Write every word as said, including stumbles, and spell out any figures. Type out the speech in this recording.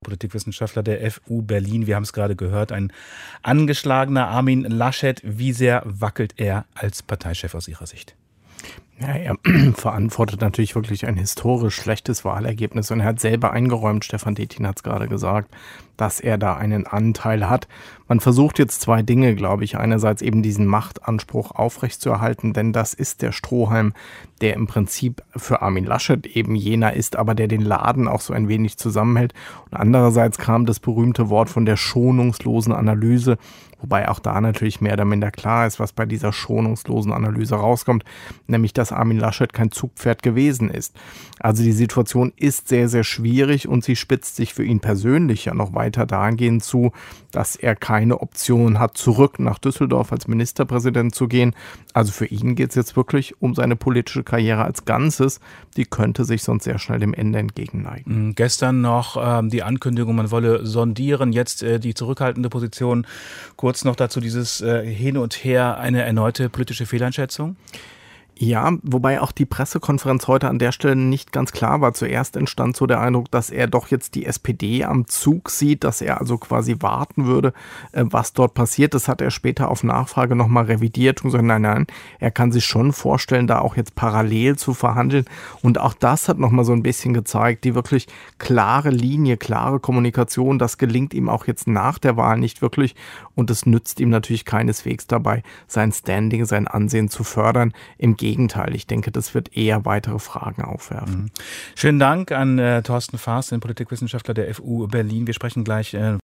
Politikwissenschaftler der F U Berlin. Wir haben es gerade gehört, ein angeschlagener Armin Laschet. Wie sehr wackelt er als Parteichef aus Ihrer Sicht? Ja, er verantwortet natürlich wirklich ein historisch schlechtes Wahlergebnis und er hat selber eingeräumt, Stefan Dettin hat es gerade gesagt, dass er da einen Anteil hat. Man versucht jetzt zwei Dinge, glaube ich. Einerseits eben diesen Machtanspruch aufrechtzuerhalten, denn das ist der Strohhalm, der im Prinzip für Armin Laschet eben jener ist, aber der den Laden auch so ein wenig zusammenhält. Und andererseits kam das berühmte Wort von der schonungslosen Analyse, wobei auch da natürlich mehr oder minder klar ist, was bei dieser schonungslosen Analyse rauskommt, nämlich dass Armin Laschet kein Zugpferd gewesen ist. Also die Situation ist sehr, sehr schwierig und sie spitzt sich für ihn persönlich ja noch weiter dahingehend zu, dass er keine Option hat, zurück nach Düsseldorf als Ministerpräsident zu gehen. Also für ihn geht es jetzt wirklich um seine politische Karriere als Ganzes. Die könnte sich sonst sehr schnell dem Ende entgegenneigen. Gestern noch ähm, die Ankündigung, man wolle sondieren, jetzt äh, die zurückhaltende Position. Kurz noch dazu dieses äh, Hin und Her, eine erneute politische Fehleinschätzung? Ja, wobei auch die Pressekonferenz heute an der Stelle nicht ganz klar war. Zuerst entstand so der Eindruck, dass er doch jetzt die S P D am Zug sieht, dass er also quasi warten würde, was dort passiert. Das hat er später auf Nachfrage nochmal revidiert und gesagt, nein, nein, er kann sich schon vorstellen, da auch jetzt parallel zu verhandeln. Und auch das hat nochmal so ein bisschen gezeigt, die wirklich klare Linie, klare Kommunikation, das gelingt ihm auch jetzt nach der Wahl nicht wirklich. Und es nützt ihm natürlich keineswegs dabei, sein Standing, sein Ansehen zu fördern. Im Gegenteil, ich denke, das wird eher weitere Fragen aufwerfen. Mhm. Schönen Dank an äh, Thorsten Faas, den Politikwissenschaftler der F U Berlin. Wir sprechen gleich äh